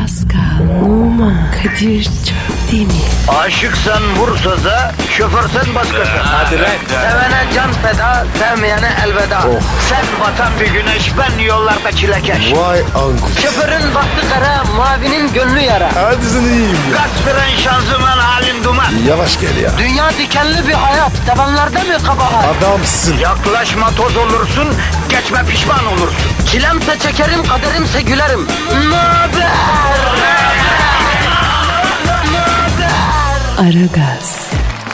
Pascal, Oman, Kadir çok değil mi? Aşıksan vursa da, şoförsen başkasın. Hadi lan. Sevene can feda, sevmeyene elveda. Sen batan bir güneş, ben yollarda çilekeş. Vay anku. Şoförün baktı kara, mavinin gönlü yara. Hadi sen iyiyim ya. Kasperen şanzıman halin duman. Yavaş gel ya. Dünya dikenli bir hayat, sevenlerde mi kabahar? Adamsın. Yaklaşma toz olursun, geçme pişman olursun. Çilemse çekerim, kaderimse gülerim. Möber! Aragaz.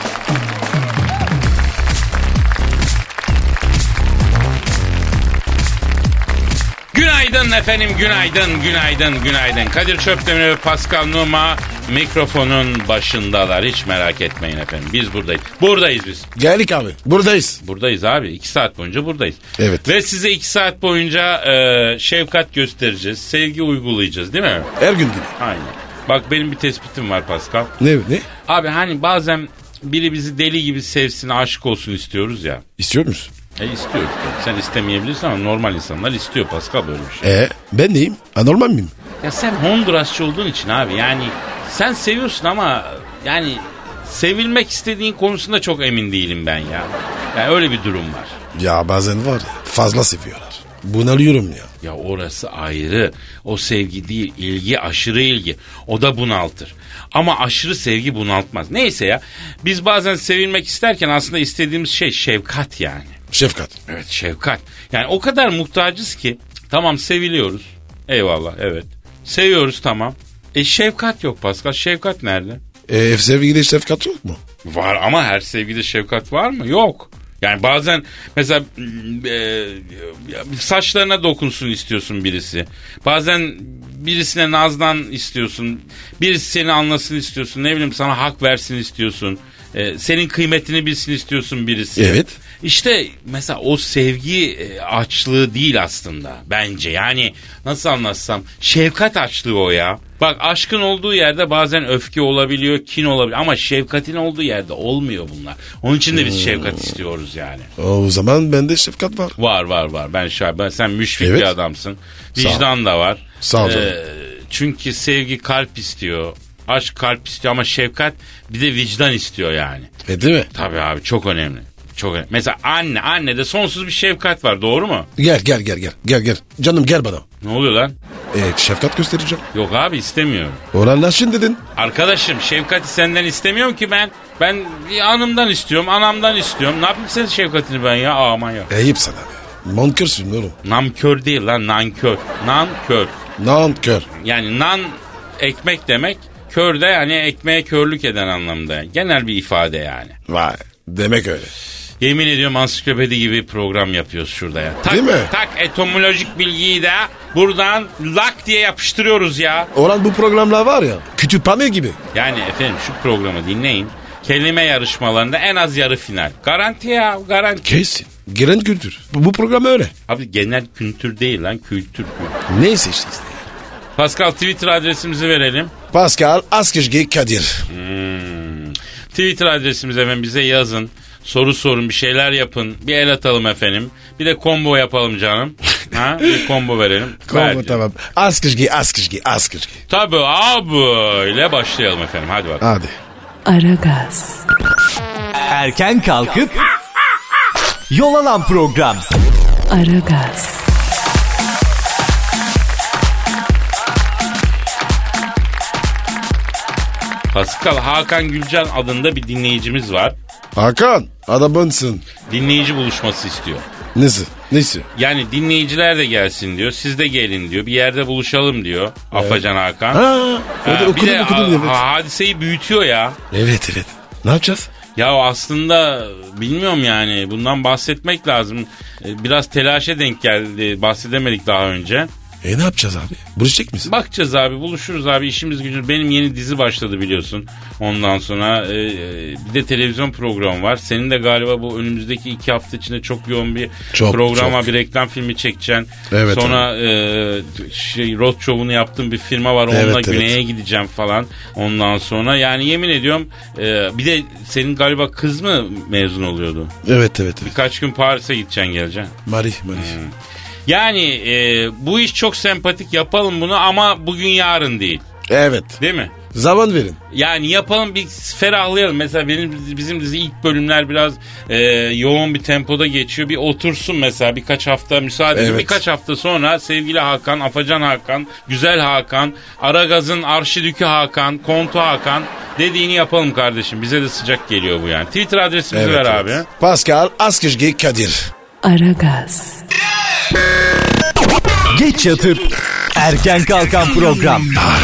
Günaydın efendim, günaydın. Kadir Çöpdemir ve Pascal Numa mikrofonun başındalar. Hiç merak etmeyin efendim. Biz buradayız. Buradayız biz. Geldik abi. Buradayız. Buradayız abi. 2 saat boyunca buradayız. Evet. Ve size 2 saat boyunca şefkat göstereceğiz. Sevgi uygulayacağız değil mi? Her gün gibi. Aynen. Bak benim bir tespitim var Pascal. Ne? Abi hani bazen biri bizi deli gibi sevsin, aşık olsun istiyoruz ya. İstiyor musun? İstiyoruz. Sen istemeyebilirsin ama normal insanlar istiyor Pascal böyle bir şey. Ben neyim? Anormal miyim? Ya sen Hondurasçı olduğun için abi yani sen seviyorsun ama yani sevilmek istediğin konusunda çok emin değilim ben ya. Yani öyle bir durum var. Ya bazen var ya fazla seviyorlar. Bunalıyorum ya. Ya orası ayrı. O sevgi değil, ilgi, aşırı ilgi. O da bunaltır. Ama aşırı sevgi bunaltmaz. Neyse ya. Biz bazen sevilmek isterken aslında istediğimiz şey şefkat yani. Şefkat. Evet, şefkat. Yani o kadar muhtacız ki tamam seviliyoruz. Eyvallah, evet. Seviyoruz, tamam. Şefkat yok Pascal. Şefkat nerede? Sevgide şefkat yok mu? Var ama her sevgide şefkat var mı? Yok. Yani bazen mesela saçlarına dokunsun istiyorsun birisi. Bazen birisine nazlan istiyorsun. Birisi seni anlasın istiyorsun. Ne bileyim sana hak versin istiyorsun. Senin kıymetini bilsin istiyorsun birisi. Evet. İşte mesela o sevgi açlığı değil aslında bence. Yani nasıl anlatsam şefkat açlığı o ya. Bak aşkın olduğu yerde bazen öfke olabiliyor, kin olabiliyor ama şefkatin olduğu yerde olmuyor bunlar. Onun için de biz şefkat istiyoruz yani. O zaman bende şefkat var. Var. Ben sen müşfik bir adamsın. Vicdan da var. Sağ ol. Çünkü sevgi kalp istiyor. Aşk kalp istiyor ama şefkat bir de vicdan istiyor yani. Değil mi? Tabii abi çok önemli. Çok önemli. Mesela annede sonsuz bir şefkat var, doğru mu? Gel. Canım gel bana. Ne oluyor lan? Şefkat göstereceğim. Yok abi istemiyorum. Oranlaşın dedin. Arkadaşım şefkati senden istemiyorum ki ben. Ben bir hanımdan istiyorum, anamdan istiyorum. Ne yapayım senin şefkatini ben ya? Aman ya. Eyüp sana be. Nankörsün oğlum. Namkör değil lan, nankör. Nankör. Nankör. Yani nan ekmek demek. Kör de yani ekmeğe körlük eden anlamda. Genel bir ifade yani. Vay. Demek öyle. Yemin ediyorum ansiklopedi gibi program yapıyoruz şurada ya. Değil mi? Tak etimolojik bilgiyi de buradan lak diye yapıştırıyoruz ya. Orhan bu programlar var ya kütüphane gibi. Yani efendim şu programı dinleyin. Kelime yarışmalarında en az yarı final. Garanti ya, garanti. Kesin. Genel kültür. Bu program öyle. Abi genel kültür değil lan, kültür. Neyse işte. Pascal Twitter adresimizi verelim. Pascal Askışgi Kadir. Twitter adresimiz efendim, bize yazın. Soru sorun, bir şeyler yapın. Bir el atalım efendim. Bir de combo yapalım canım. Bir combo verelim. Combo tamam. Askışgi. Tabii abi ile başlayalım efendim. Hadi bakalım. Hadi. Aragaz. Erken kalkıp yol alan program. Aragaz. Pascal, Hakan Gülcan adında bir dinleyicimiz var. Hakan adamınsın. Dinleyici buluşması istiyor. Nesi? Yani dinleyiciler de gelsin diyor. Siz de gelin diyor. Bir yerde buluşalım diyor. Evet. Afacan Hakan. Okudum. Hadiseyi büyütüyor ya. Evet. Ne yapacağız? Ya aslında bilmiyorum yani. Bundan bahsetmek lazım. Biraz telaşa denk geldi. Bahsedemedik daha önce. Ne yapacağız abi? Buluşacak mısın? Bakacağız abi, buluşuruz abi, işimiz gücümüz. Benim yeni dizi başladı biliyorsun. Ondan sonra bir de televizyon programı var. Senin de galiba bu önümüzdeki 2 hafta içinde çok yoğun bir program var. Bir reklam filmi çekeceksin. Evet, sonra road show'unu yaptığım bir firma var. Onunla Güney'e gideceğim falan. Ondan sonra yani yemin ediyorum bir de senin galiba kız mı mezun oluyordu? Evet. Birkaç gün Paris'e gideceksin, geleceksin. Marie. Yani bu iş çok sempatik, yapalım bunu ama bugün yarın değil. Evet. Değil mi? Zaman verin. Yani yapalım, bir ferahlayalım. Mesela bizim dizi ilk bölümler biraz yoğun bir tempoda geçiyor. Bir otursun mesela birkaç hafta müsaade edin. Evet. Birkaç hafta sonra sevgili Hakan, Afacan Hakan, Güzel Hakan, Aragaz'ın Arşidükü Hakan, Kontu Hakan dediğini yapalım kardeşim. Bize de sıcak geliyor bu yani. Twitter adresimizi ver abi. Pascal Askışgi Kadir. Aragaz, Geç yatıp erken kalkan program.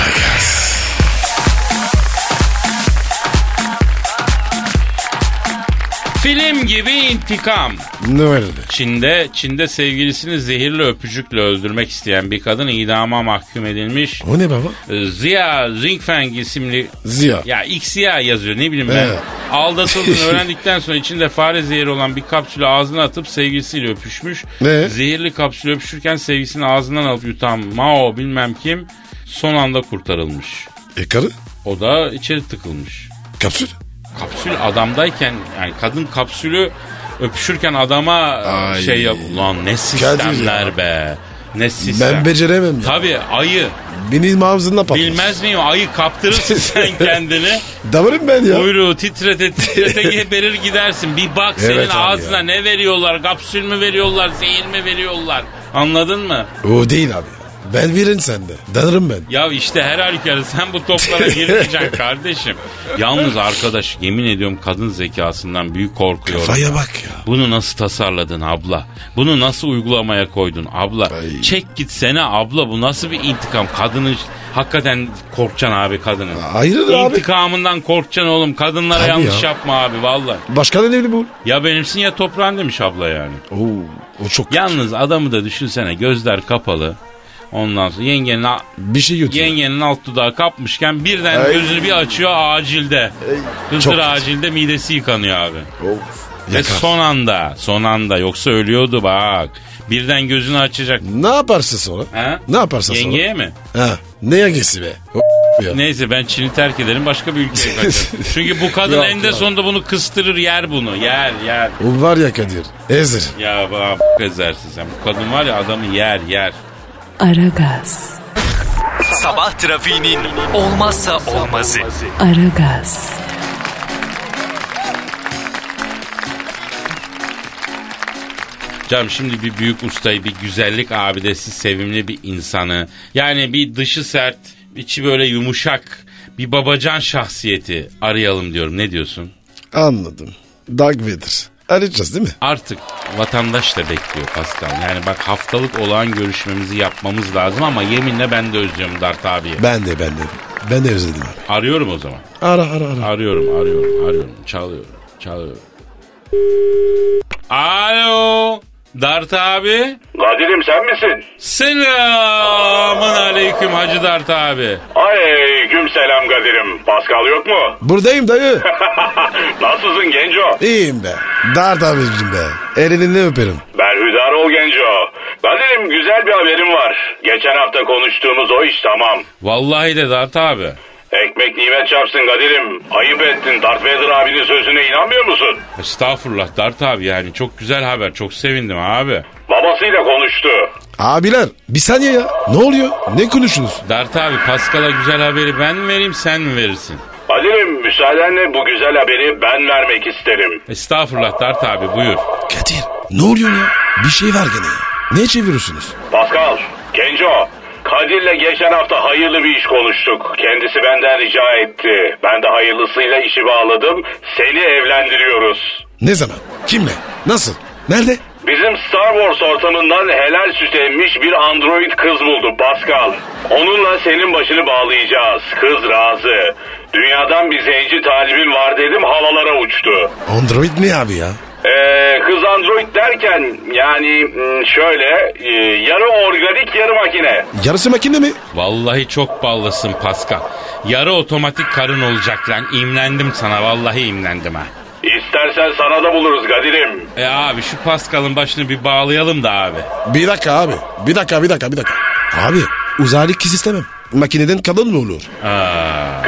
Film gibi intikam. Ne öyle? Çin'de sevgilisini zehirli öpücükle öldürmek isteyen bir kadın idama mahkum edilmiş. O ne baba? Ziya Zingfeng isimli... Ziya. Ya XYA yazıyor, ne bileyim ben. Evet. Aldatıldığını öğrendikten sonra içinde fare zehri olan bir kapsülü ağzına atıp sevgilisiyle öpüşmüş. Ne? Zehirli kapsülü öpüşürken sevgisini ağzından alıp yutan Mao bilmem kim son anda kurtarılmış. Karı? O da içeri tıkılmış. Kapsül? Kapsül adamdayken, yani kadın kapsülü öpüşürken adama Ay. şey yap. Ulan ne sistemler be. Ne sistem. Ben beceremem ya. Tabii ayı. Benim ağzımla patlar. Bilmez miyim, ayı kaptırırsın sen kendini. Davarım ben ya. Kuyruğu titrete geberir gidersin. Bir bak Evet senin abi ağzına ya. ne veriyorlar? Kapsül mü veriyorlar? Zehir mi veriyorlar? Anladın mı? O değil abi. Ben verin sende. Danırım ben. Ya işte her halükarda sen bu toplara girmeyeceksin kardeşim. Yalnız arkadaş, yemin ediyorum kadın zekasından büyük korkuyorum. Kafaya bak ya. Bunu nasıl tasarladın abla? Bunu nasıl uygulamaya koydun abla? Ay. Çek gitsene abla, bu nasıl bir intikam? Kadının hakikaten korkacaksın abi, kadının. Hayırdır abi? İntikamından korkacaksın oğlum. Kadınlara Tabii yanlış ya. yapma abi vallahi. Başka ne bu? Ya benimsin ya toprağın demiş abla yani. Oo, o çok Yalnız adamı da düşünsene, gözler kapalı. Ondan sonra bir şey götürüyor. yengenin alt dudağı kapmışken birden Ay. gözünü bir açıyor acilde. Çok Hızır kötü. acilde midesi yıkanıyor abi. Of. Ve Yakar. son anda yoksa ölüyordu bak. Birden gözünü açacak. Ne yaparsın sonra? Ha? Ne yaparsın sonra? Yengeye mi? Ha, ne yengesi be? Ya. Neyse ben Çin'i terk ederim, başka bir ülkeye kaçarım. Çünkü bu kadın Yok, eninde yok. sonunda bunu kıstırır, yer bunu. Yer. O var ya Kadir. Ezer. Ya bak ezersin sen. Bu kadın var ya, adamı yer. Aragaz, Sabah trafiğinin olmazsa olmazı. Aragaz, Canım şimdi bir büyük ustayı, bir güzellik abidesi, sevimli bir insanı, yani bir dışı sert, içi böyle yumuşak bir babacan şahsiyeti arayalım diyorum. Ne diyorsun? Anladım. Dark Vader. Arayacağız değil mi? Artık vatandaş da bekliyor Pascal. Yani bak, haftalık olağan görüşmemizi yapmamız lazım ama yeminle ben de özlüyorum Dart abiyi. Ben de özledim abi. Arıyorum o zaman. Ara. Arıyorum. Çalıyorum. Alo. Dart abi. Kadir'im sen misin? Selamun aleyküm Hacı Dart abi. Aleyküm selam Kadir'im. Pascal yok mu? Buradayım dayı. Nasılsın Genco? İyiyim be. Dart abicim be. Elini öperim. Berhudar ol Genco. Kadir'im güzel bir haberim var. Geçen hafta konuştuğumuz o iş tamam. Vallahi de Dart abi. Ekmek nimet çarpsın Kadir'im. Ayıp ettin. Darth Vader abinin sözüne inanmıyor musun? Estağfurullah Dart abi, yani çok güzel haber, çok sevindim abi. Babasıyla konuştu. Abiler bir saniye ya. Ne oluyor? Ne konuştunuz? Dart abi, Pascal'a güzel haberi ben mi vereyim, sen mi verirsin? Kadir'im müsaadenle bu güzel haberi ben vermek isterim. Estağfurullah Dart abi, buyur. Kadir ne oluyor ya? Bir şey var gene ya. Ne çeviriyorsunuz? Pascal, Genco, Kadir'le geçen hafta hayırlı bir iş konuştuk. Kendisi benden rica etti. Ben de hayırlısıyla işi bağladım. Seni evlendiriyoruz. Ne zaman? Kimle? Nasıl? Nerede? Bizim Star Wars ortamından helal süt emmiş bir android kız buldum Pascal. Onunla senin başını bağlayacağız. Kız razı. Dünyadan bir zenci talibim var dedim, havalara uçtu. Android ne abi ya? Kız android derken yani şöyle yarı organik yarı makine. Yarısı makine mi? Vallahi çok ballısın Pascal. Yarı otomatik karın olacak lan. İmlendim sana, vallahi imlendim ha. İstersen sana da buluruz Kadir'im. Abi şu Pascal'ın başını bir bağlayalım da abi. Bir dakika abi. Bir dakika. Abi uzaylı kız istemem. Makineden kadın mı olur? Aa, Kız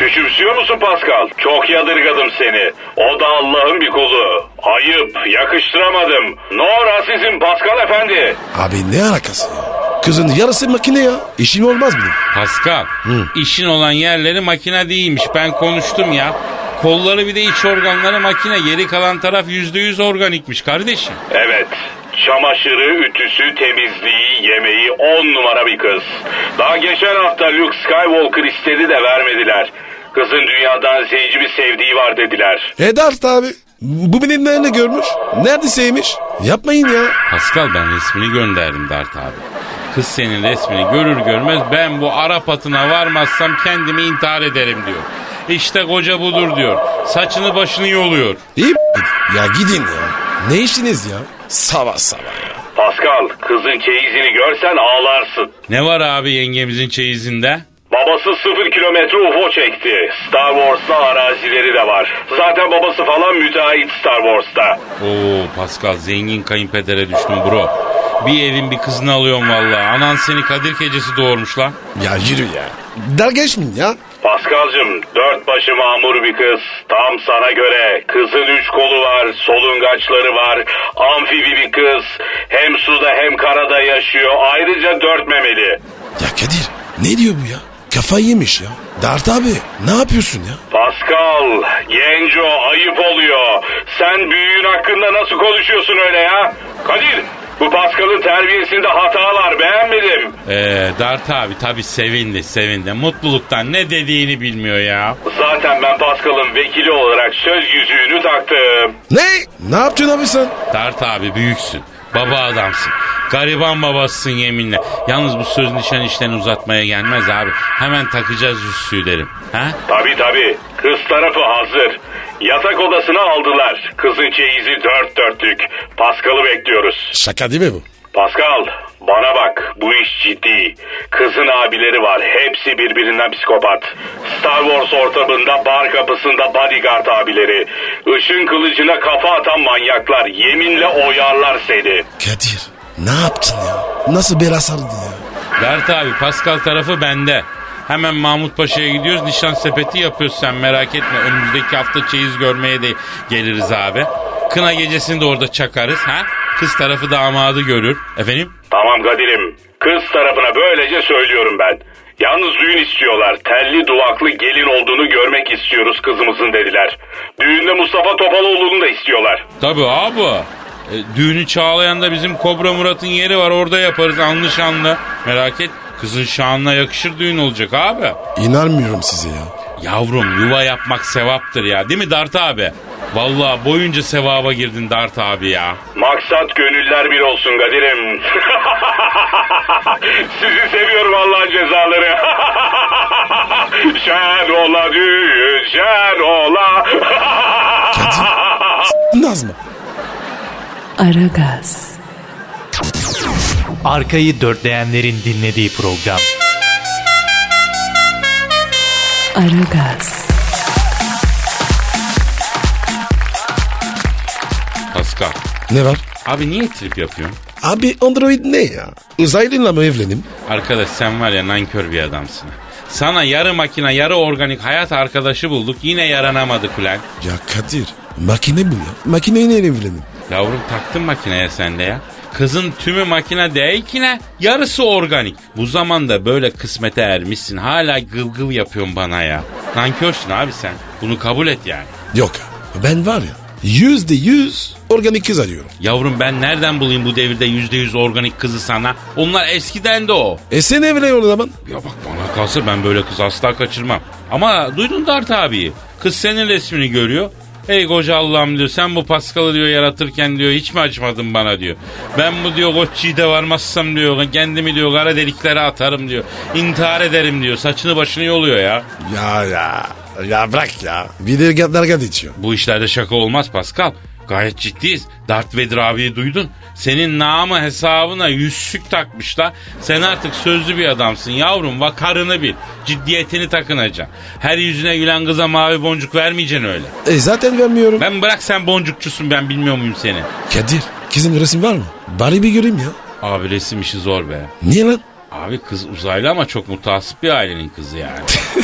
Küçümsüyor musun Pascal? Çok yadırgadım seni. O da Allah'ın bir kulu. Ayıp, yakıştıramadım. No rasizm Pascal efendi. Abi ne alakası ya? Kızın yarısı makine ya. İşim olmaz benim. Pascal, işin olan yerleri makine değilmiş. Ben konuştum ya. Kolları bir de iç organları makine. Geri kalan taraf %100 organikmiş kardeşim. Evet. Çamaşırı, ütüsü, temizliği, yemeği 10 numara bir kız. Daha geçen hafta Luke Skywalker istedi de vermediler. Kızın dünyadan zenci bir sevdiği var dediler. Dart abi. Bu benim nerede görmüş? Nerede sevmiş? Yapmayın ya. Pascal, ben resmini gönderdim Dart abi. Kız senin resmini görür görmez ben bu Arap atına varmazsam kendimi intihar ederim diyor. İşte koca budur diyor. Saçını başını yoluyor. İyi ya gidin ya. Ne işiniz ya? Sabah sabah ya. Pascal, kızın çeyizini görsen ağlarsın. Ne var abi yengemizin çeyizinde? Babası 0 kilometre UFO çekti. Star Wars'ta arazileri de var. Zaten babası falan müteahhit Star Wars'ta. Oo Pascal, zengin kayınpedere düştüm bro. Bir evin bir kızını alıyorum vallahi. Anan seni Kadir Gecesi doğurmuş lan. Ya yürü ya. Dalga geçmeyin ya. Pascal'cığım, 4 başı mamur bir kız. Tam sana göre. Kızın 3 kolu var, solungaçları var. Amfibi bir kız. Hem suda hem karada yaşıyor. Ayrıca 4 memeli. Ya Kadir ne diyor bu ya? Kafayı yemiş ya. Dart abi ne yapıyorsun ya? Pascal, genco ayıp oluyor. Sen büyüğün hakkında nasıl konuşuyorsun öyle ya? Kadir, bu Pascal'ın terbiyesinde hata var, beğenmedim. Dart abi tabii sevindi. Mutluluktan ne dediğini bilmiyor ya. Zaten ben Pascal'ın vekili olarak söz yüzüğünü taktım. Ne? Ne yaptın abi sen? Dart abi büyüksün. Baba adamsın. Gariban babasısın yeminle. Yalnız bu söz nişan işlerini uzatmaya gelmez abi. Hemen takacağız yüzüğü derim. Ha? Tabii. Kız tarafı hazır. Yatak odasına aldılar. Kızın çeyizi 4 dörtlük. Pascal'ı bekliyoruz. Şaka değil mi bu? Pascal, bana bak, bu iş ciddi. Kızın abileri var, hepsi birbirinden psikopat. Star Wars ortamında bar kapısında bodyguard abileri. Işın kılıcına kafa atan manyaklar, yeminle oyarlar seni. Kadir ne yaptın ya? Nasıl bela sardın ya? Dert abi Pascal tarafı bende. Hemen Mahmut Paşa'ya gidiyoruz. Nişan sepeti yapıyoruz, sen merak etme. Önümüzdeki hafta çeyiz görmeye de geliriz abi. Kına gecesini de orada çakarız. Ha? Kız tarafı damadı görür. Efendim? Tamam Kadir'im. Kız tarafına böylece söylüyorum ben. Yalnız düğün istiyorlar. Telli duvaklı gelin olduğunu görmek istiyoruz kızımızın dediler. Düğünde Mustafa Topaloğlu'nu da istiyorlar. Tabii abi. Düğünü Çağlayan'da bizim Kobra Murat'ın yeri var, orada yaparız anlı şanlı. Merak et, kızın şanına yakışır düğün olacak abi. İnanmıyorum size ya. Yavrum yuva yapmak sevaptır ya, değil mi Dart abi? Vallahi boyunca sevaba girdin Dart abi ya. Maksat gönüller bir olsun Kadir'im. Sizi seviyorum Allah'ın cezaları. Şen ola düğün, şen ola. Kadir Nazma. Aragaz. Arkayı dörtleyenlerin dinlediği program. Aragaz. Pascal. Ne var? Abi niye trip yapıyorsun? Abi Android ne ya? Uzaylıyla mı evlenim? Arkadaş sen var ya nankör bir adamsın. Sana yarı makine yarı organik hayat arkadaşı bulduk, yine yaranamadık ulan. Ya Kadir makine bu ya. Makineyle evlenim. Yavrum taktın makineye sen de ya. Kızın tümü makine değil ki ne? Yarısı organik. Bu zamanda böyle kısmete ermişsin. Hala gıl yapıyorsun bana ya. Nankörsün abi sen. Bunu kabul et yani. Yok ben var ya %100 organik kız arıyorum. Yavrum ben nereden bulayım bu devirde %100 organik kızı sana? Onlar eskiden de o. Sen evlen o zaman. Ya bak bana kalsa ben böyle kız asla kaçırmam. Ama duydun Dart abiyi. Kız senin resmini görüyor. Ey koca Allah'ım diyor, sen bu Pascal'ı diyor yaratırken diyor hiç mi acımadın bana diyor. Ben bu diyor Koçyiğit'e varmazsam diyor kendimi diyor kara deliklere atarım diyor. İntihar ederim diyor, saçını başını yoluyor ya. Ya bırak ya. Bir de dalga geçiyor. Bu işlerde şaka olmaz Pascal. Gayet ciddiyiz. Darth Vader abiyi duydun. Senin namı hesabına yüzsük takmışlar. Sen artık sözlü bir adamsın yavrum. Vakarını bil. Ciddiyetini takınacaksın. Her yüzüne gülen kıza mavi boncuk vermeyeceksin öyle. Zaten vermiyorum. Ben bırak, sen boncukçusun, ben bilmiyor muyum seni? Kadir kızın resim var mı? Bari bir göreyim ya. Abi resim işi zor be. Niye lan? Abi kız uzaylı ama çok mutasip bir ailenin kızı yani.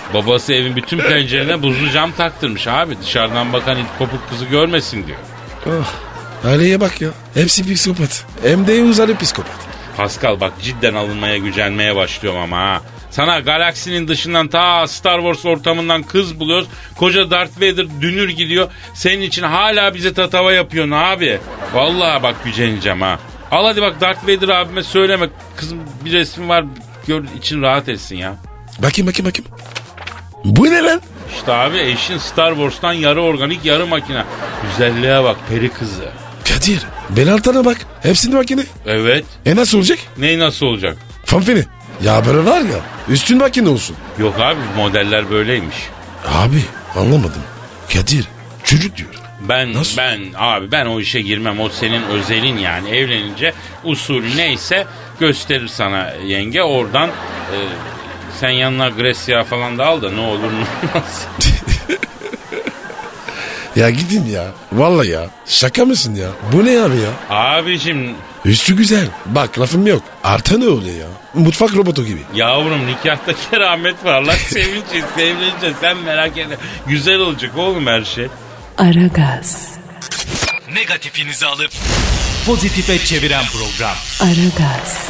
Babası evin bütün pencerelerine buzlu cam taktırmış abi. Dışarıdan bakan it kopuk kızı görmesin diyor. Oh. Aileye bak ya. Hepsi psikopat. Hem de uzarı psikopat. Pascal bak cidden alınmaya gücenmeye başlıyorum ama ha. Sana galaksinin dışından ta Star Wars ortamından kız buluyoruz. Koca Darth Vader dünür gidiyor. Senin için hala bize tatava yapıyorsun abi. Vallahi bak güceneceğim ha. Al hadi bak Darth Vader abime söyleme. Kızım bir resmi var gör için rahat etsin ya. Bakayım. Bu ne lan? İşte abi eşin Star Wars'tan yarı organik yarı makine. Güzelliğe bak peri kızı. Kadir bel altına bak. Hepsinde makine. Evet. Nasıl olacak? Ney nasıl olacak? Fanfeni. Ya böyle var ya üstün makine olsun. Yok abi modeller böyleymiş. Abi anlamadım. Kadir çocuk diyor. Nasıl? Ben o işe girmem. O senin özelin yani. Evlenince usulü neyse gösterir sana yenge. Oradan sen yanına Grecia falan da al da ne olur ne olmaz. Ya gidin ya. Vallahi ya. Şaka mısın ya? Bu ne abi ya? Abicim. Üstü güzel. Bak lafım yok. Arta ne oluyor ya? Mutfak robotu gibi. Yavrum nikahta keramet var. Allah sevince sen merak etme. Güzel olacak oğlum her şey. Aragaz, Negatifinizi alıp pozitife çeviren program. Aragaz,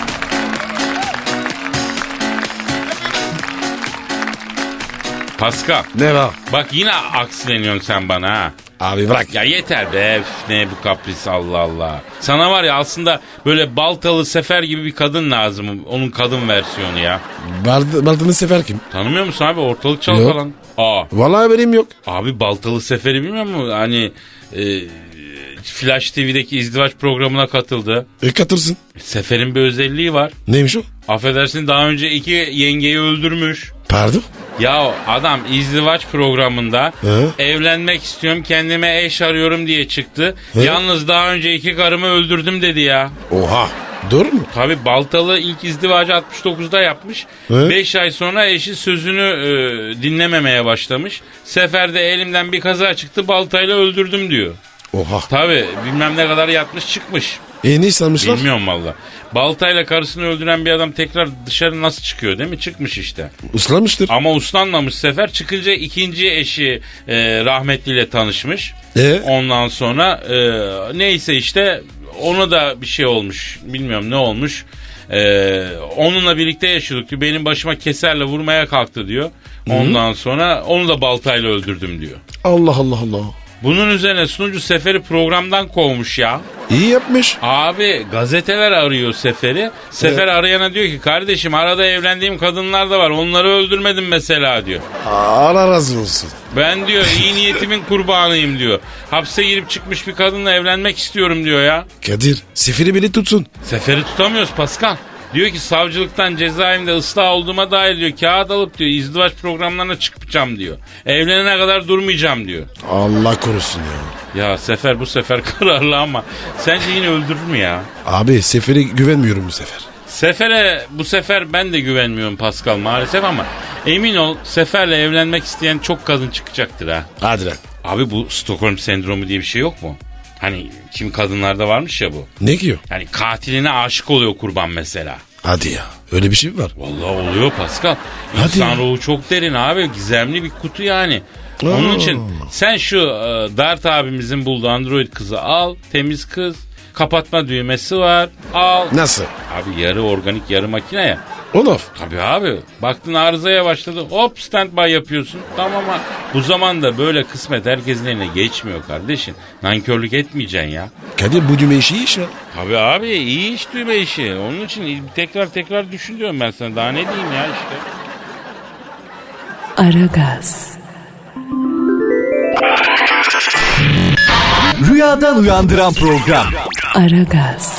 Pascal. Ne var? Bak yine aksileniyorsun sen bana ha. Abi bırak. Ya yeter be ne bu kapris Allah Allah. Sana var ya aslında böyle Baltalı Sefer gibi bir kadın lazım. Onun kadın versiyonu ya. Baltalı Sefer kim? Tanımıyor musun abi ortalık çal Yok. falan. Aa. Vallahi haberim yok. Abi Baltalı Sefer'i bilmiyor musun? Hani Flash TV'deki izdivaç programına katıldı. Katırsın. Sefer'in bir özelliği var. Neymiş o? Affedersin daha önce 2 yengeyi öldürmüş. Pardon? Ya adam izdivaç programında He? evlenmek istiyorum kendime eş arıyorum diye çıktı. He? Yalnız daha önce 2 karımı öldürdüm dedi ya. Oha. Doğru mu? Tabi Baltalı ilk izdivacı 69'da yapmış. He? 5 ay sonra eşi sözünü dinlememeye başlamış. Seferde elimden bir kaza çıktı baltayla öldürdüm diyor. Oha. Tabi bilmem ne kadar yatmış çıkmış. Ne sanmışlar? Bilmiyorum valla. Baltayla karısını öldüren bir adam tekrar dışarı nasıl çıkıyor değil mi? Çıkmış işte. Uslanmıştır. Ama uslanmamış Sefer. Çıkınca ikinci eşi rahmetliyle tanışmış. Ondan sonra neyse işte ona da bir şey olmuş. Bilmiyorum ne olmuş. Onunla birlikte yaşıyorduk diyor. Benim başıma keserle vurmaya kalktı diyor. Ondan sonra onu da baltayla öldürdüm diyor. Allah Allah Allah. Bunun üzerine sunucu Sefer'i programdan kovmuş ya. İyi yapmış. Abi gazeteler arıyor Sefer'i. Sefer arayana diyor ki kardeşim arada evlendiğim kadınlar da var. Onları öldürmedim mesela diyor. Allah razı olsun. Ben diyor iyi niyetimin kurbanıyım diyor. Hapse girip çıkmış bir kadınla evlenmek istiyorum diyor ya. Kadir Sefer'i beni tutsun. Sefer'i tutamıyoruz Pascal. Diyor ki savcılıktan cezaevinde ıslah olduğuma dair diyor kağıt alıp diyor izdivaç programlarına çıkacağım diyor. Evlenene kadar durmayacağım diyor. Allah korusun ya. Ya Sefer bu sefer kararlı ama sence yine öldürür mü ya? Abi Sefer'e güvenmiyorum bu sefer. Sefer'e bu sefer ben de güvenmiyorum Pascal maalesef ama emin ol Sefer'le evlenmek isteyen çok kadın çıkacaktır ha. Hadi lan. Abi bu Stockholm sendromu diye bir şey yok mu? Hani kim kadınlarda varmış ya bu. Ne diyor? Yani katiline aşık oluyor kurban mesela. Hadi ya. Öyle bir şey mi var? Vallahi oluyor Pascal. Hadi İnsan ya. ruhu çok derin abi. Gizemli bir kutu yani. Onun için sen şu Dart abimizin bulduğu android kızı al. Temiz kız. Kapatma düğmesi var. Al. Nasıl? Abi yarı organik yarı makine ya. Olaf. Tabii abi. Baktın arızaya başladı. Hop standby yapıyorsun. Tamam ama bu zamanda böyle kısmet herkesin eline geçmiyor kardeşim. Nankörlük etmeyeceksin ya. Kadir bu düğme işi iş ya. Tabii abi iyi iş düğme işi. Onun için tekrar düşün diyorum ben sana. Daha ne diyeyim ya işte. Aragaz, Rüyadan uyandıran program. Aragaz,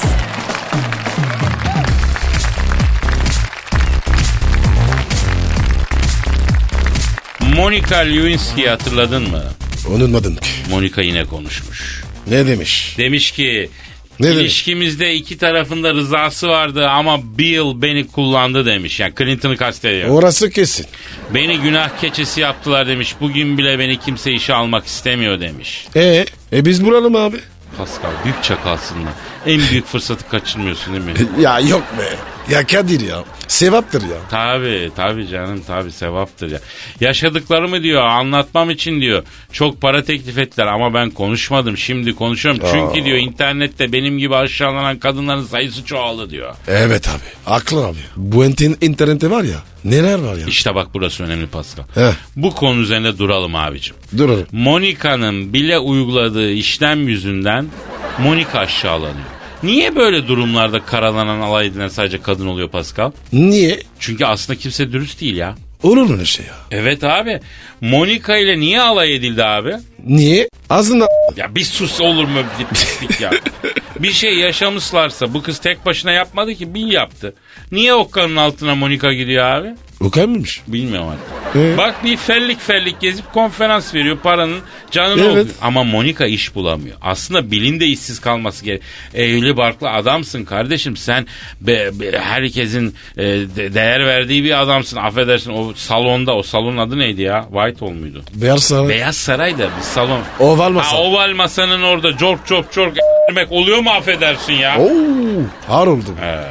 Monica Lewinsky'yi hatırladın mı? Unutmadım ki. Monica yine konuşmuş. Ne demiş? Demiş ki Ne demiş? ilişkimizde iki tarafında rızası vardı ama Bill beni kullandı demiş. Yani Clinton'ı kastediyor. Orası kesin. Beni günah keçesi yaptılar demiş. Bugün bile beni kimse işe almak istemiyor demiş. Biz buralım abi. Pascal büyük çakalsın lan. En büyük fırsatı kaçırmıyorsun değil mi? Ya yok be. Ya Kadir ya. Sevaptır ya. Tabii canım tabii sevaptır ya. Yaşadıklarımı diyor anlatmam için diyor çok para teklif ettiler ama ben konuşmadım, şimdi konuşuyorum. Çünkü diyor internette benim gibi aşağılanan kadınların sayısı çoğaldı diyor. Evet abi. Haklı abi. Bu internette var ya. Neler var ya. İşte bak burası önemli Pascal. Heh. Bu konu üzerinde duralım abicim. Duralım. Monika'nın bile uyguladığı işlem yüzünden Monika aşağılanıyor. Niye böyle durumlarda karalanan, alay edilen sadece kadın oluyor Pascal? Niye? Çünkü aslında kimse dürüst değil ya. Olur öyle şey ya. Evet abi. Monika ile niye alay edildi abi? Niye? Ağzından... Ya bir sus olur mu pislik ya. Bir şey yaşamışlarsa bu kız tek başına yapmadı ki, Bill yaptı. Niye Okka'nın altına Monika gidiyor abi? Okay mıymış? Bilmiyorum artık. Bak bir fellik gezip konferans veriyor, paranın canını Evet. okuyor. Ama Monika iş bulamıyor. Aslında Bill'in de işsiz kalması gerek. Evli barklı adamsın kardeşim sen, herkesin değer verdiği bir adamsın. Affedersin o salonun adı neydi ya? Whitehall muydu? Beyaz Saray. Beyaz Saray'da bir salon. Oval masa. Oval masanın orada çok demek oluyor mu affedersin ya? Oo, ağır oldu.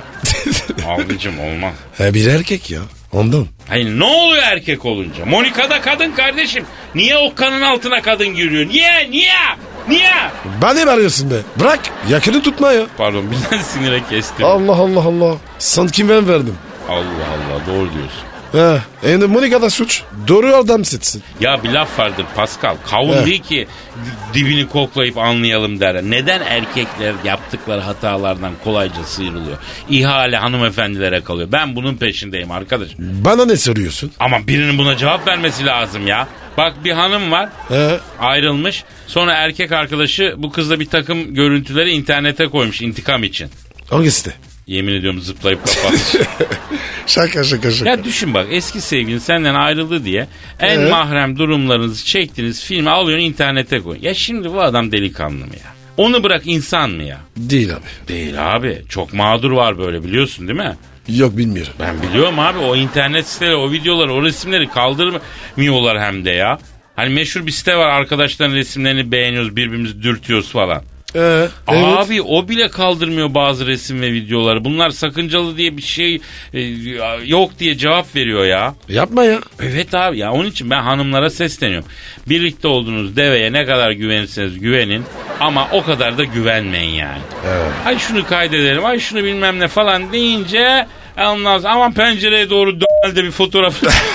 Abicim olmaz. Bir erkek ya. Ondan. Hayır ne oluyor erkek olunca? Monika da kadın kardeşim. Niye Okka'nın altına kadın giriyor? Niye? Bana ne bağırıyorsun be? Bırak. Yakını tutma ya. Pardon birden sinire kestim. Allah. Sana kim ben verdim? Allah doğru diyorsun. Yani Monika'da suç. Doğru adam seçsin. Ya bir laf vardır Pascal. Kavun değil ki dibini koklayıp anlayalım der. Neden erkekler yaptıkları hatalardan kolayca sıyrılıyor? İhale hanımefendilere kalıyor. Ben bunun peşindeyim arkadaş. Bana ne soruyorsun? Ama birinin buna cevap vermesi lazım ya. Bak bir hanım var. Ayrılmış. Sonra erkek arkadaşı bu kızla bir takım görüntüleri internete koymuş intikam için. Hangisi de? Yemin ediyorum zıplayıp kapatmış. Şaka. Ya düşün bak, eski sevgilin senden ayrıldı diye en mahrem durumlarınızı çektiğiniz filmi alıyorsun internete koy. Ya şimdi bu adam delikanlı mı ya? Onu bırak, insan mı ya? Değil abi. Değil abi. Çok mağdur var böyle, biliyorsun değil mi? Yok bilmiyorum. Ben biliyorum abi, o internet siteleri, o videoları, o resimleri kaldırmıyorlar hem de ya. Hani meşhur bir site var, arkadaşların resimlerini beğeniyoruz, birbirimizi dürtüyoruz falan. Evet. Abi o bile kaldırmıyor bazı resim ve videoları. Bunlar sakıncalı diye bir şey yok diye cevap veriyor ya. Yapma ya. Evet abi ya, onun için ben hanımlara sesleniyorum. Birlikte olduğunuz deveye ne kadar güvenirseniz güvenin ama o kadar da güvenmeyin yani. Evet. Ay şunu kaydedelim, ay şunu bilmem ne falan deyince ondan sonra aman pencereye doğru dönelde bir fotoğraf.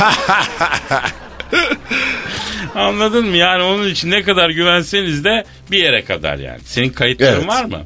Anladın mı? Yani onun için ne kadar güvenseniz de bir yere kadar yani. Senin kayıtların var mı?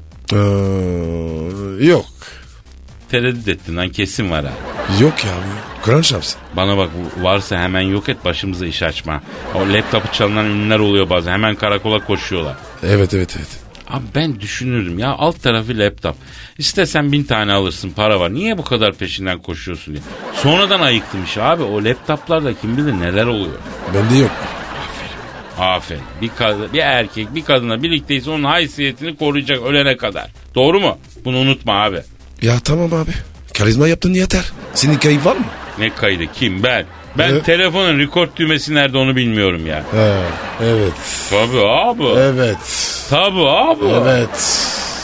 Yok. Tereddüt ettin lan, kesin var ha. Yok ya abi. Kur'an şapsın. Bana bak, varsa hemen yok et, başımıza iş açma. O laptopu çalınan ünlüler oluyor bazen, hemen karakola koşuyorlar. Evet. Abi ben düşünürüm ya, alt tarafı laptop. İstesen 1000 tane alırsın, para var. Niye bu kadar peşinden koşuyorsun diye. Sonradan ayıktım abi, o laptoplarda kim bilir neler oluyor. Bende yok. Aferin. Bir erkek bir kadına birlikteyse onun haysiyetini koruyacak ölene kadar. Doğru mu? Bunu unutma abi. Ya tamam abi. Karizma yaptın yeter. Senin kayıp var mı? Ne kaydı? Kim? Ben telefonun record düğmesi nerede onu bilmiyorum ya. Evet. Tabii abi. Evet. Tabii abi. Evet.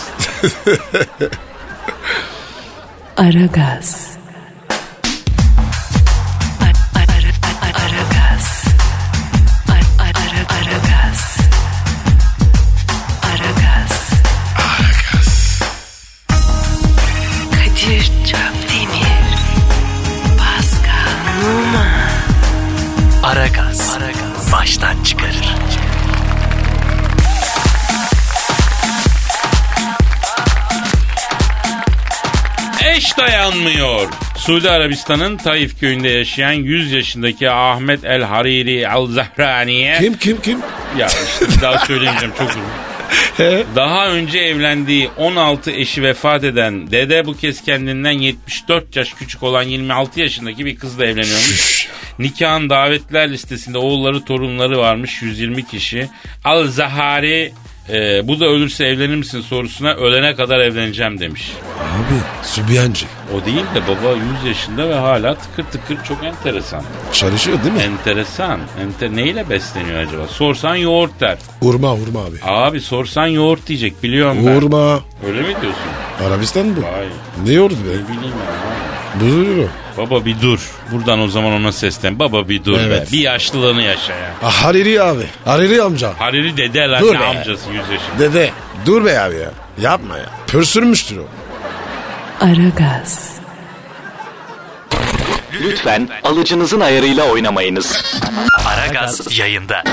Aragaz. Kadir Çöpdemir, Pascal Numa. Aragaz. Baştan çıkarır. Eş dayanmıyor. Suudi Arabistan'ın Taif köyünde yaşayan 100 yaşındaki Ahmet El Hariri El Zahrani'ye... Kim? Ya işte bir daha söylemeyeceğim, çok uzun. Daha önce evlendiği 16 eşi vefat eden dede bu kez kendinden 74 yaş küçük olan 26 yaşındaki bir kızla evleniyormuş. Nikahın davetler listesinde oğulları torunları varmış 120 kişi. Al Zahari bu da ölürse evlenir misin sorusuna ölene kadar evleneceğim demiş. Abi Sübyancı. O değil de baba 100 yaşında ve hala tıkır çok enteresan. Çalışıyor değil mi? Enteresan. Neyle besleniyor acaba? Sorsan yoğurt der. Urma abi. Abi sorsan yoğurt diyecek, biliyorum ben. Urma. Öyle mi diyorsun? Arabistan bu. Vay. Ne yoğurdu be? Ne bileyim ben abi. Buyurun. Baba bir dur. Buradan o zaman ona seslen. Baba bir dur Evet. be. Bir yaşlılığını yaşa ya. Hariri abi. Hariri amca. Hariri dede lan Dur ne be. amcası 100 yaşında. Dede dur be abi ya. Yapma ya. Pörsürmüştür o. Aragaz, Lütfen alıcınızın ayarıyla oynamayınız. Aragaz yayında.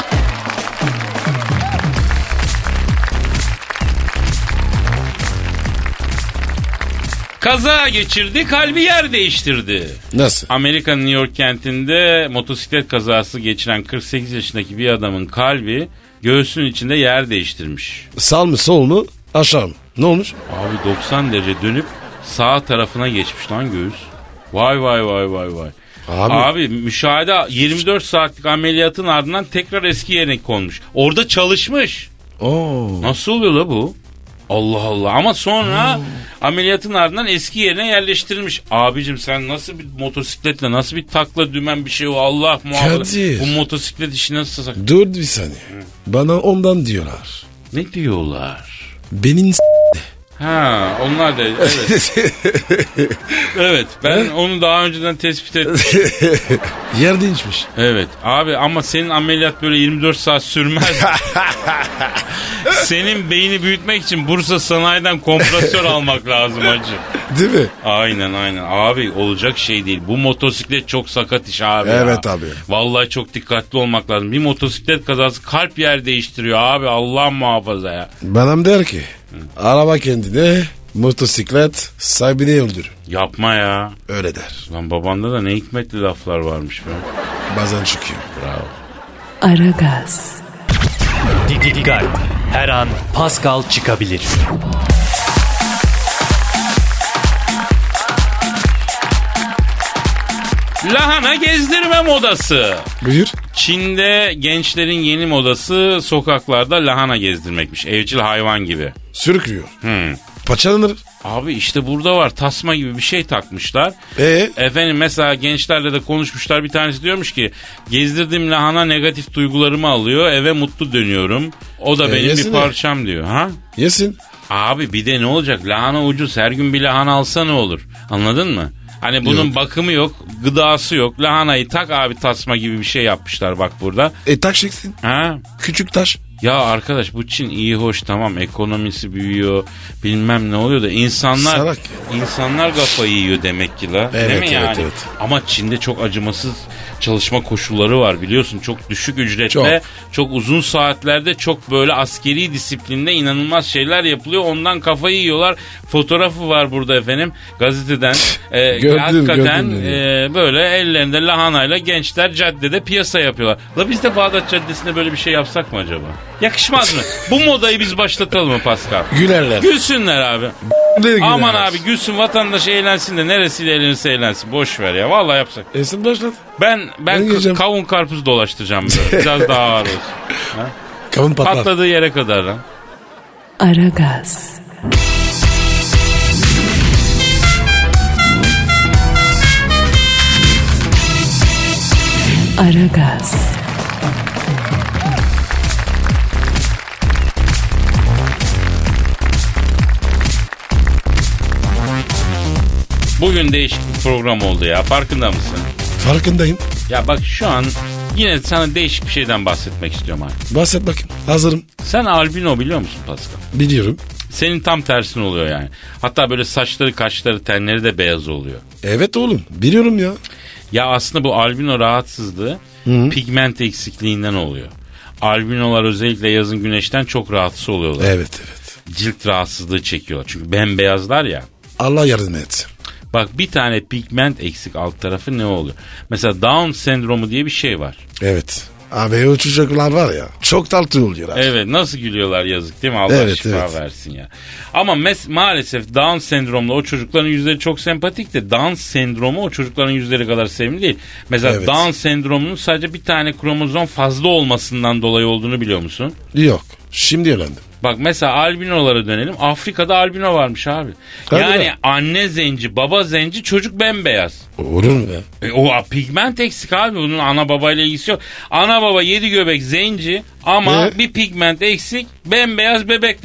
Kaza geçirdi, kalbi yer değiştirdi. Nasıl? Amerika'nın New York kentinde motosiklet kazası geçiren 48 yaşındaki bir adamın kalbi göğsünün içinde yer değiştirmiş. Sağ mı sol mu aşağı mı? Ne olmuş? Abi 90 derece dönüp sağ tarafına geçmiş lan göğüs. Vay vay vay vay vay. Abi müşahede 24 saatlik ameliyatın ardından tekrar eski yerine konmuş. Orada çalışmış. Oo. Nasıl oluyor la bu? Allah Allah. Ama sonra ameliyatın ardından eski yerine yerleştirilmiş. Abicim sen nasıl bir motosikletle nasıl bir takla dümen bir şey o Allah muhafaza. Kadir. Bu motosiklet işi nasıl sak? Dur bir saniye. Bana ondan diyorlar. Ne diyorlar? Benim Ha onlar da evet. Evet ben onu daha önceden tespit ettim. yer değişmiş. Evet abi ama senin ameliyat böyle 24 saat sürmez. Senin beyni büyütmek için Bursa Sanayi'den kompresör almak lazım hacı. Değil mi? Aynen abi olacak şey değil. Bu motosiklet çok sakat iş abi. Evet ya. abi. Vallahi çok dikkatli olmak lazım. Bir motosiklet kazası kalp yer değiştiriyor abi Allah muhafaza ya. Bana der ki araba kendine motosiklet sahibini öldür. Yapma ya. Öyle der. Lan babanda da ne hikmetli laflar varmış be. Bazen çıkıyor. Bravo. Aragaz, Dikkat. Her an Pascal çıkabilir. Lahana gezdirme modası. Buyur. Çin'de gençlerin yeni modası sokaklarda lahana gezdirmekmiş. Evcil hayvan gibi. Sürüklüyor. Hmm. Paçalanır. Abi işte burada var tasma gibi bir şey takmışlar. Efendim mesela gençlerle de konuşmuşlar. Bir tanesi diyormuş ki gezdirdiğim lahana negatif duygularımı alıyor. Eve mutlu dönüyorum. O da benim yesin bir parçam diyor. Ha? Yesin. Abi bir de ne olacak? Lahana ucuz. Her gün bir lahana alsa ne olur? Anladın mı? Hani bunun Yok. bakımı yok, gıdası yok. Lahanayı tak abi tasma gibi bir şey yapmışlar bak burada. Tak çeksin. Ha? Küçük taş. Ya arkadaş bu Çin iyi hoş tamam ekonomisi büyüyor bilmem ne oluyor da insanlar kafayı yiyor demek ki la. Evet, değil mi yani? evet. Ama Çin'de çok acımasız çalışma koşulları var biliyorsun çok düşük ücretle çok uzun saatlerde çok böyle askeri disiplinde inanılmaz şeyler yapılıyor ondan kafayı yiyorlar. Fotoğrafı var burada efendim gazeteden hakikaten böyle ellerinde lahanayla gençler caddede piyasa yapıyorlar. La biz de Bağdat Caddesi'nde böyle bir şey yapsak mı acaba? Yakışmaz mı? Bu modayı biz başlatalım mı Pascal? Gülerler. Gülsünler abi. Aman abi gülsün vatandaş eğlensin de neresiyle eğlenirse eğlensin. Boş ver ya vallahi yapsak. Sen başlat. Ben kavun karpuz dolaştıracağım böyle. Biraz daha ağır olsun. Ha? Kavun patlar. Patladığı yere kadar lan. Aragaz, Aragaz, Bugün değişik bir program oldu ya farkında mısın? Farkındayım. Ya bak şu an yine sana değişik bir şeyden bahsetmek istiyorum abi. Bahset bakayım. Hazırım. Sen albino biliyor musun Pascal? Biliyorum. Senin tam tersin oluyor yani. Hatta böyle saçları, kaşları, tenleri de beyaz oluyor. Evet oğlum. Biliyorum ya. Ya aslında bu albino rahatsızlığı pigment eksikliğinden oluyor. Albinolar özellikle yazın güneşten çok rahatsız oluyorlar. Evet. Cilt rahatsızlığı çekiyorlar. Çünkü bembeyazlar ya. Allah yardım et. Bak bir tane pigment eksik alt tarafı ne oluyor? Mesela Down sendromu diye bir şey var. Evet. Abi o çocuklar var ya çok tatlı oluyorlar. Evet nasıl gülüyorlar yazık değil mi? Allah şifa versin ya. Ama maalesef Down sendromlu o çocukların yüzleri çok sempatik de Down sendromu o çocukların yüzleri kadar sevimli değil. Mesela Down sendromunun sadece bir tane kromozom fazla olmasından dolayı olduğunu biliyor musun? Yok. Şimdi öğrendim. Bak mesela albinolara dönelim. Afrika'da albino varmış abi. Tabii yani de. anne zenci, baba zenci, çocuk bembeyaz. Olur mu ya? O pigment eksik abi. Bunun ana babayla ilgisi yok. Ana baba 7 göbek zenci ama bir pigment eksik bembeyaz bebek var.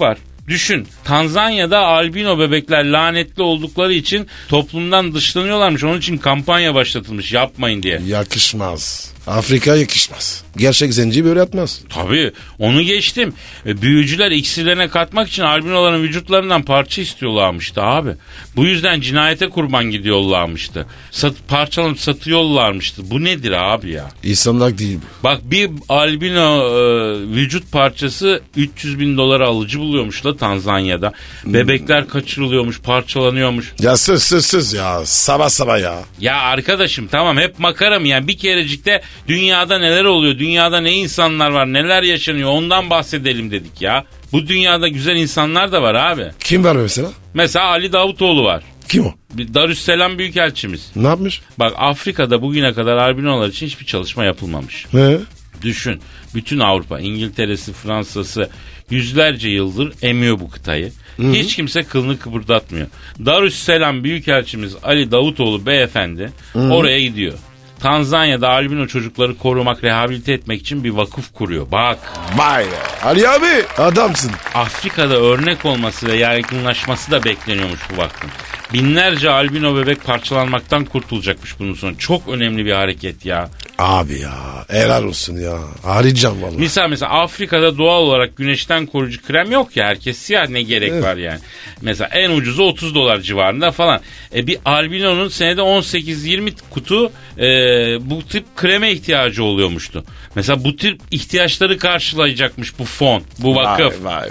Düşün, Tanzanya'da albino bebekler lanetli oldukları için toplumdan dışlanıyorlarmış. Onun için kampanya başlatılmış, yapmayın diye. Yakışmaz. Afrika yakışmaz. Gerçek zenci böyle yapmaz. Tabii, onu geçtim. Büyücüler iksirlerine katmak için albinoların vücutlarından parça istiyorlarmıştı abi. Bu yüzden cinayete kurban gidiyorlarmıştı. Parçalanıp satıyorlarmıştı. Bu nedir abi ya? İnsanlık değil bu. Bak, bir albino vücut parçası 300 bin dolara alıcı buluyormuş da Tanzanya'da. Bebekler kaçırılıyormuş, parçalanıyormuş. Ya söz ya. Sabah ya. Ya arkadaşım, tamam, hep makara mı yani? Bir kerecikte dünyada neler oluyor, dünyada ne insanlar var, neler yaşanıyor, ondan bahsedelim dedik ya. Bu dünyada güzel insanlar da var abi. Kim var mesela? Mesela Ali Davutoğlu var. Kim o? Bir Darüsselam Büyükelçimiz. Ne yapmış? Bak, Afrika'da bugüne kadar albinolar için hiçbir çalışma yapılmamış. Ne? Düşün, bütün Avrupa, İngiltere'si, Fransa'sı yüzlerce yıldır emiyor bu kıtayı. Hiç kimse kılını kıpırdatmıyor. Darüsselam Büyükelçimiz Ali Davutoğlu beyefendi oraya gidiyor. Tanzanya'da albino çocukları korumak, rehabilite etmek için bir vakıf kuruyor. Bak. Vay be. Ali abi adamsın. Afrika'da örnek olması ve yaygınlaşması da bekleniyormuş bu vakfın. Binlerce albino bebek parçalanmaktan kurtulacakmış bunun sonra. Çok önemli bir hareket ya. Abi ya helal olsun ya. Arayacağım vallahi. Mesela Afrika'da doğal olarak güneşten koruyucu krem yok ya. Herkes siyah, ne gerek var yani. Mesela en ucuzu $30 civarında falan. Bir albinonun senede 18-20 kutu bu tip kreme ihtiyacı oluyormuştu. Mesela bu tip ihtiyaçları karşılayacakmış bu fon, bu vakıf. Vay.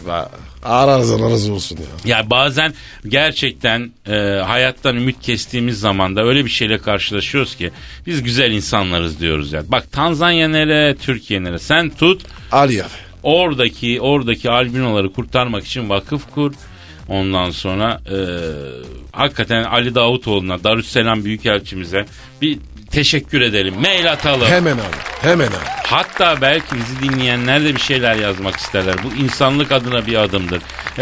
Razı olsun ya. Ya bazen gerçekten hayattan ümit kestiğimiz zaman da öyle bir şeyle karşılaşıyoruz ki biz güzel insanlarız diyoruz ya. Bak, Tanzanya nere, Türkiye nere? Sen tut. Ali abi. Oradaki albinoları kurtarmak için vakıf kur. Ondan sonra hakikaten Ali Davutoğlu'na, Darüsselam Büyükelçimize bir teşekkür edelim. Mail atalım. Hemen abi. Hatta belki bizi dinleyenler de bir şeyler yazmak isterler. Bu insanlık adına bir adımdır.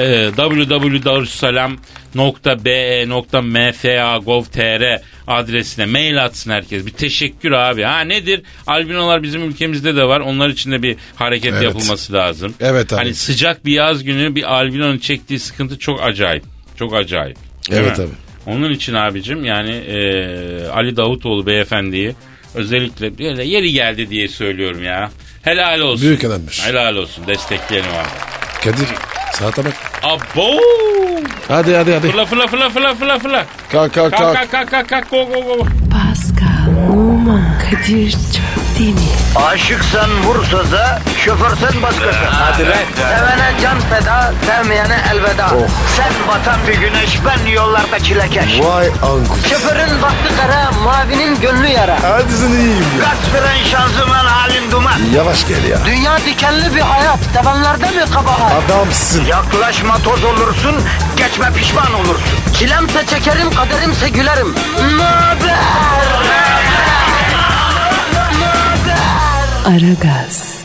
www.darussalam.be.mfa.gov.tr adresine mail atsın herkes. Bir teşekkür abi. Nedir? Albinolar bizim ülkemizde de var. Onlar için de bir hareket yapılması lazım. Evet abi. Hani sıcak bir yaz günü bir albinonun çektiği sıkıntı çok acayip. Çok acayip. Evet abi. Onun için abicim yani Ali Davutoğlu beyefendiyi özellikle böyle yeri geldi diye söylüyorum ya. Helal olsun. Büyük adammış. Helal olsun. Destekleyelim abi. Kadir saate bak. Abo! Hadi. Fırla. Kalk. Kalk. Go. Pascal, Oman, Kadir çok değil mi? Aşıksan vursa da, şoförsen başkasın. Hadi lan. Sevene can feda, sevmeyene elveda. Sen batan bir güneş, ben yollarda çilekeş. Vay anku. Şoförün baktı kara, mavinin gönlü yara. Hadi sen iyiyim ya. Kasperen şanzıman halin duman. Yavaş gel ya. Dünya dikenli bir hayat, sevenlerde mi kabahar? Adamsın. Yaklaşma toz olursun, geçme pişman olursun. Çilemse çekerim, kaderimse gülerim. Möber! Aragaz.